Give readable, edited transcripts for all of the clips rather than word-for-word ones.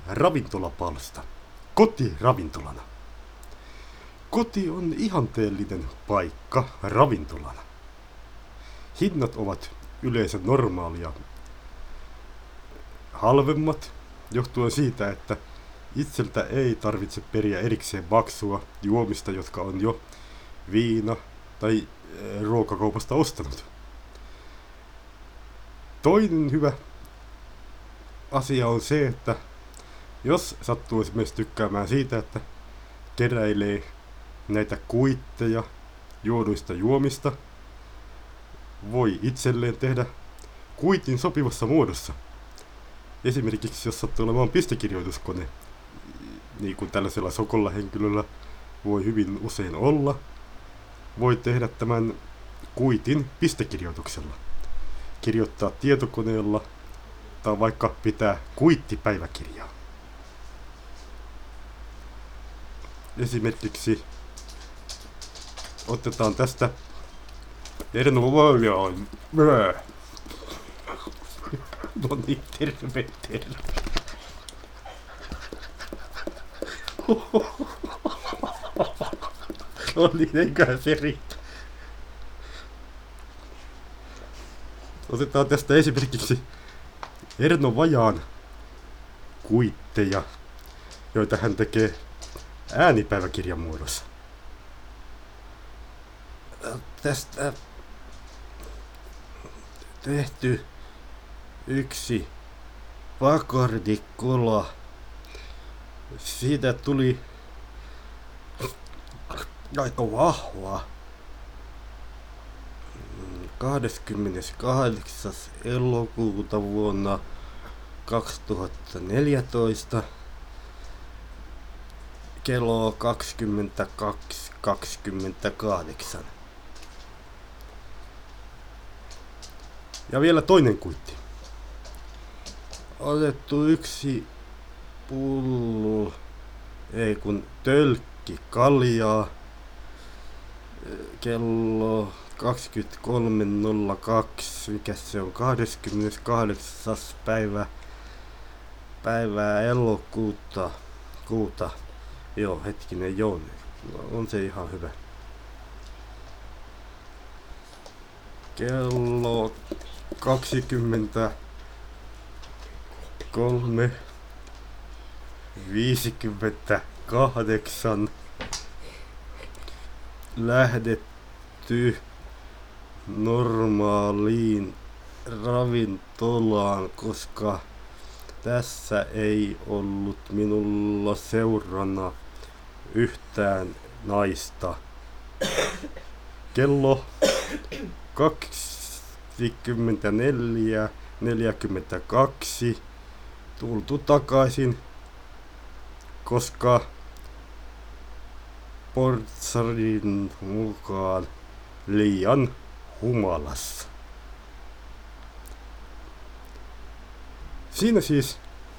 Ravintolapalsta. Koti ravintolana. Koti on ihanteellinen paikka ravintolana. Hinnat ovat yleensä normaalia halvemmat, johtuen siitä, että itseltä ei tarvitse periä erikseen maksua juomista, jotka on jo viina- tai ruokakaupasta ostanut. Toinen hyvä asia on se, että jos sattuu esimerkiksi tykkäämään siitä, että keräilee näitä kuitteja juoduista juomista, voi itselleen tehdä kuitin sopivassa muodossa. Esimerkiksi jos sattuu olemaan pistekirjoituskone, niin kuin tällaisella sokolla henkilöllä voi hyvin usein olla, voi tehdä tämän kuitin pistekirjoituksella. Kirjoittaa tietokoneella tai vaikka pitää kuittipäiväkirjaa. Esimerkiksi otetaan tästä no niin, terve. No niin, eiköhän se riitä. Otetaan tästä esimerkiksi Erno Vajaan kuitteja, joita hän tekee äänipäiväkirjan muodossa. Tästä tehty yksi pakardikola. Siitä tuli aika vahva. 28. elokuuta vuonna 2014 kello 22:28. Ja vielä toinen kuitti. Otettu yksi pullo, tölkki kaljaa kello 23:02, mikä se on, 28. päivää elokuuta. Joo, hetkinen, joo, on se ihan hyvä. Kello 23:58 lähdetty normaaliin ravintolaan, koska tässä ei ollut minulla seurana yhtään naista. Kello 24:42 tultu takaisin, koska portsarin mukaan liian humalassa. Siinä siis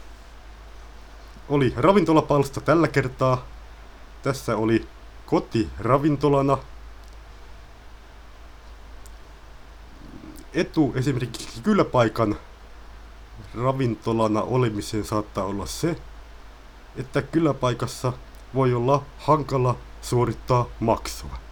oli ravintolapalsta tällä kertaa. Tässä oli koti ravintolana. Etu esimerkiksi kyläpaikan ravintolana olemiseen saattaa olla se, että kyläpaikassa voi olla hankala suorittaa maksua.